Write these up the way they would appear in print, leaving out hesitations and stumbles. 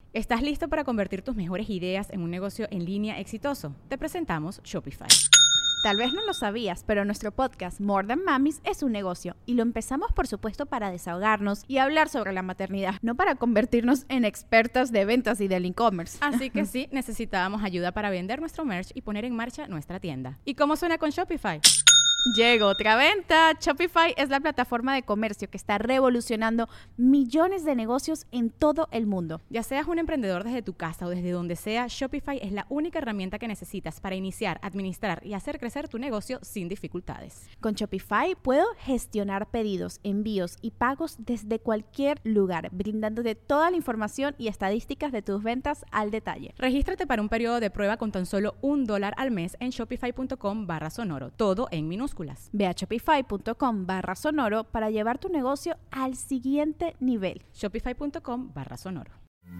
¿Estás listo para convertir tus mejores ideas en un negocio en línea exitoso? Te presentamos Shopify. Tal vez no lo sabías, pero nuestro podcast More Than Mamis es un negocio y lo empezamos por supuesto para desahogarnos y hablar sobre la maternidad, no para convertirnos en expertas de ventas y del e-commerce. Así que sí, necesitábamos ayuda para vender nuestro merch y poner en marcha nuestra tienda. ¿Y cómo suena con Shopify? Llegó otra venta. Shopify es la plataforma de comercio que está revolucionando millones de negocios en todo el mundo. Ya seas un emprendedor desde tu casa o desde donde sea, Shopify es la única herramienta que necesitas para iniciar, administrar y hacer crecer tu negocio sin dificultades. Con Shopify puedo gestionar pedidos, envíos y pagos desde cualquier lugar, brindándote toda la información y estadísticas de tus ventas al detalle. Regístrate para un periodo de prueba con tan solo $1 al mes en shopify.com/sonoro, todo en minúsculas. Ve a shopify.com/sonoro para llevar tu negocio al siguiente nivel. Shopify.com/sonoro.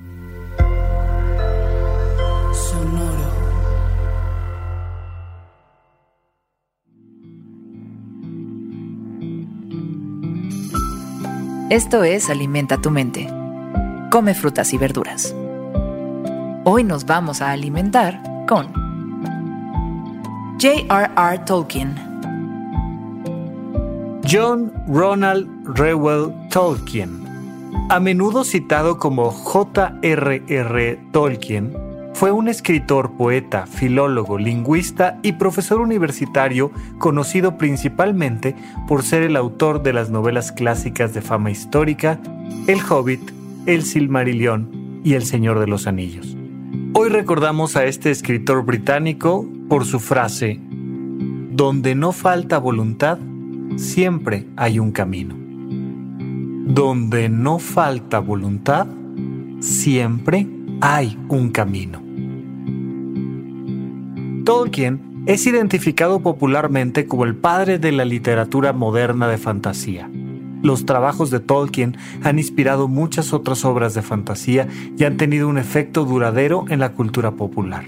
Sonoro. Esto es Alimenta tu mente. Come frutas y verduras. Hoy nos vamos a alimentar con J.R.R. Tolkien. John Ronald Reuel Tolkien, a menudo citado como J.R.R. Tolkien, fue un escritor, poeta, filólogo, lingüista y profesor universitario conocido principalmente por ser el autor de las novelas clásicas de fama histórica El Hobbit, El Silmarillion y El Señor de los Anillos. Hoy recordamos a este escritor británico por su frase: "Donde no falta voluntad, siempre hay un camino". Donde no falta voluntad, siempre hay un camino. Tolkien es identificado popularmente como el padre de la literatura moderna de fantasía. Los trabajos de Tolkien han inspirado muchas otras obras de fantasía y han tenido un efecto duradero en la cultura popular.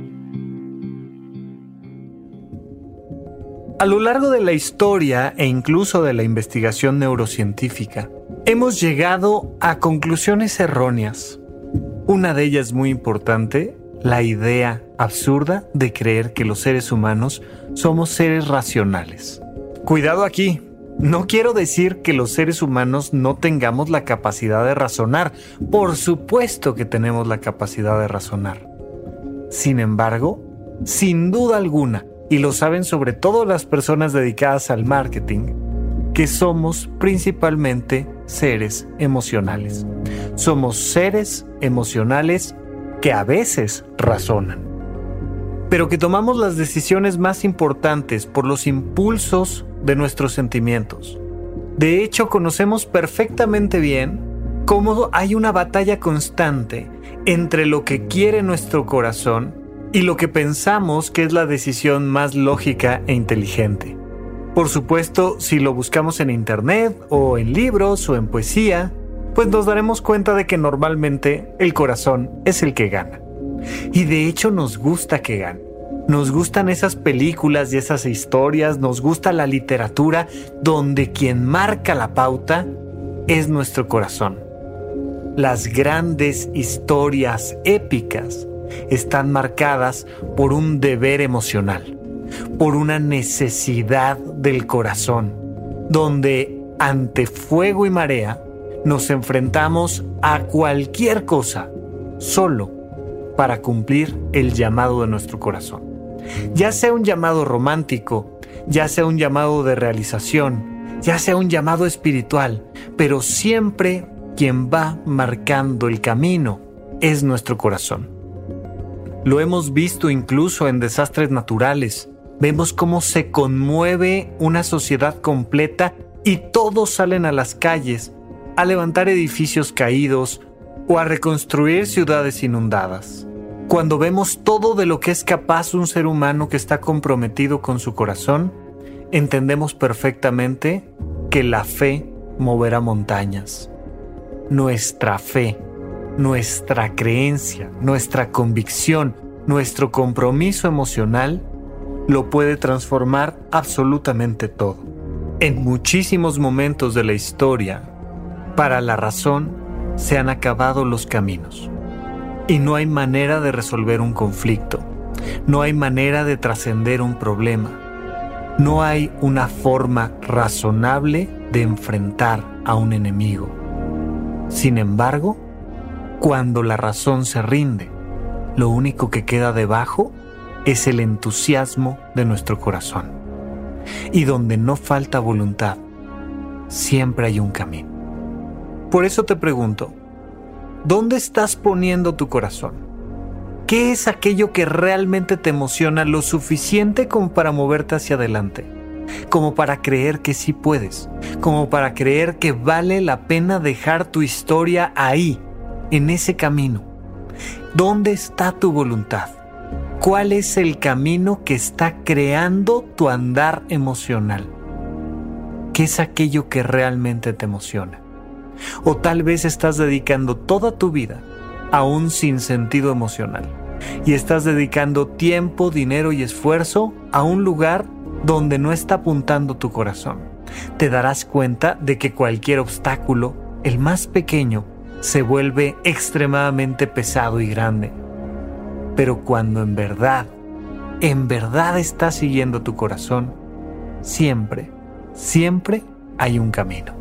A lo largo de la historia e incluso de la investigación neurocientífica, hemos llegado a conclusiones erróneas. Una de ellas muy importante, la idea absurda de creer que los seres humanos somos seres racionales. Cuidado aquí, no quiero decir que los seres humanos no tengamos la capacidad de razonar. Por supuesto que tenemos la capacidad de razonar. Sin embargo, sin duda alguna, y lo saben sobre todo las personas dedicadas al marketing, que somos principalmente seres emocionales. Somos seres emocionales que a veces razonan, pero que tomamos las decisiones más importantes por los impulsos de nuestros sentimientos. De hecho, conocemos perfectamente bien cómo hay una batalla constante entre lo que quiere nuestro corazón y lo que pensamos que es la decisión más lógica e inteligente. Por supuesto, si lo buscamos en internet o en libros o en poesía, pues nos daremos cuenta de que normalmente el corazón es el que gana. Y de hecho nos gusta que gane. Nos gustan esas películas y esas historias, nos gusta la literatura donde quien marca la pauta es nuestro corazón. Las grandes historias épicas están marcadas por un deber emocional, por una necesidad del corazón, donde ante fuego y marea nos enfrentamos a cualquier cosa solo para cumplir el llamado de nuestro corazón. Ya sea un llamado romántico, ya sea un llamado de realización, ya sea un llamado espiritual, pero siempre quien va marcando el camino es nuestro corazón. Lo hemos visto incluso en desastres naturales. Vemos cómo se conmueve una sociedad completa y todos salen a las calles a levantar edificios caídos o a reconstruir ciudades inundadas. Cuando vemos todo de lo que es capaz un ser humano que está comprometido con su corazón, entendemos perfectamente que la fe moverá montañas. Nuestra fe, nuestra creencia, nuestra convicción, nuestro compromiso emocional lo puede transformar absolutamente todo. En muchísimos momentos de la historia, para la razón se han acabado los caminos. y no hay manera de resolver un conflicto. No hay manera de trascender un problema. No hay una forma razonable de enfrentar a un enemigo. Sin embargo, cuando la razón se rinde, lo único que queda debajo es el entusiasmo de nuestro corazón. Y donde no falta voluntad, siempre hay un camino. Por eso te pregunto, ¿dónde estás poniendo tu corazón? ¿Qué es aquello que realmente te emociona lo suficiente como para moverte hacia adelante? Como para creer que sí puedes, como para creer que vale la pena dejar tu historia ahí, en ese camino. ¿Dónde está tu voluntad? ¿Cuál es el camino que está creando tu andar emocional? ¿Qué es aquello que realmente te emociona? O tal vez estás dedicando toda tu vida a un sinsentido emocional y estás dedicando tiempo, dinero y esfuerzo a un lugar donde no está apuntando tu corazón. Te darás cuenta de que cualquier obstáculo, el más pequeño, se vuelve extremadamente pesado y grande. Pero cuando en verdad estás siguiendo tu corazón, siempre hay un camino.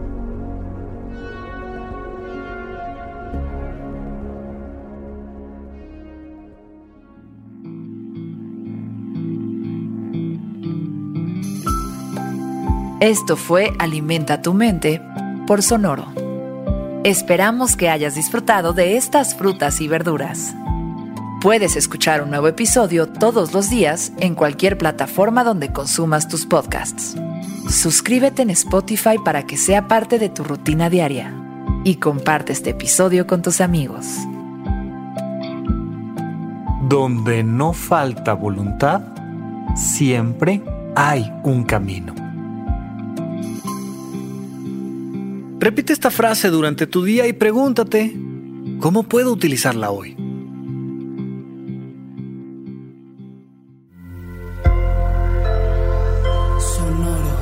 Esto fue Alimenta tu mente por Sonoro. Esperamos que hayas disfrutado de estas frutas y verduras. Puedes escuchar un nuevo episodio todos los días en cualquier plataforma donde consumas tus podcasts. Suscríbete en Spotify para que sea parte de tu rutina diaria y comparte este episodio con tus amigos. Donde no falta voluntad, siempre hay un camino. Repite esta frase durante tu día y pregúntate, ¿cómo puedo utilizarla hoy? Sonoro.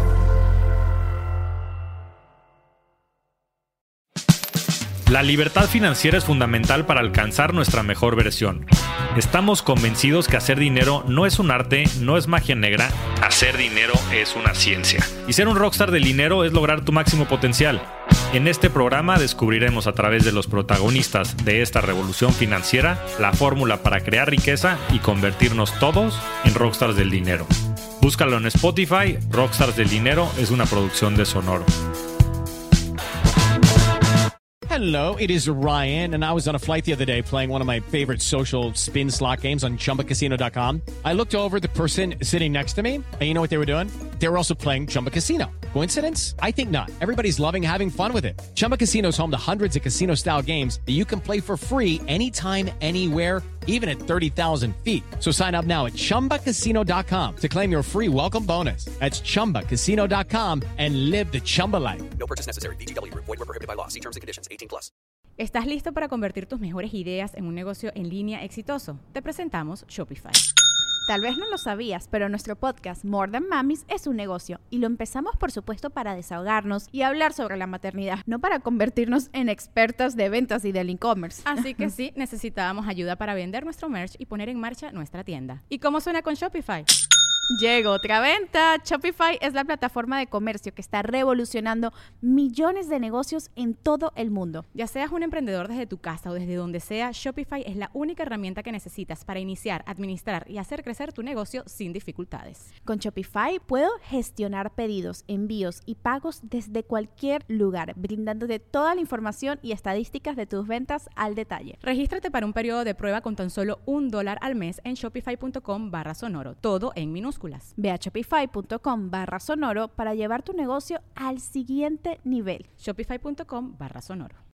La libertad financiera es fundamental para alcanzar nuestra mejor versión. Estamos convencidos que hacer dinero no es un arte, no es magia negra. Hacer dinero es una ciencia. Y ser un rockstar del dinero es lograr tu máximo potencial. En este programa descubriremos a través de los protagonistas de esta revolución financiera la fórmula para crear riqueza y convertirnos todos en rockstars del dinero. Búscalo en Spotify. Rockstars del Dinero es una producción de Sonoro. Hello, it is Ryan, and I was on a flight the other day playing one of my favorite social spin slot games on ChumbaCasino.com. I looked over at the person sitting next to me, and you know what they were doing? They were also playing Chumba Casino. Coincidence? I think not. Everybody's loving having fun with it. Chumba Casino is home to hundreds of casino-style games that you can play for free anytime, anywhere, even at 30,000 feet. So sign up now at ChumbaCasino.com to claim your free welcome bonus. That's ChumbaCasino.com and live the Chumba life. No purchase necessary. VGW. Void where prohibited by law. See terms and conditions. 18+. ¿Estás listo para convertir tus mejores ideas en un negocio en línea exitoso? Te presentamos Shopify. Tal vez no lo sabías, pero nuestro podcast More Than Mamis es un negocio y lo empezamos por supuesto para desahogarnos y hablar sobre la maternidad, no para convertirnos en expertas de ventas y del e-commerce. Así que sí, necesitábamos ayuda para vender nuestro merch y poner en marcha nuestra tienda. ¿Y cómo suena con Shopify? Llegó otra venta. Shopify es la plataforma de comercio que está revolucionando millones de negocios en todo el mundo. Ya seas un emprendedor desde tu casa o desde donde sea, Shopify es la única herramienta que necesitas para iniciar, administrar y hacer crecer tu negocio sin dificultades. Con Shopify puedo gestionar pedidos, envíos y pagos desde cualquier lugar, brindándote toda la información y estadísticas de tus ventas al detalle. Regístrate para un periodo de prueba con tan solo $1 al mes en shopify.com/sonoro, todo en minúsculas. Ve a shopify.com/sonoro para llevar tu negocio al siguiente nivel. Shopify.com/sonoro.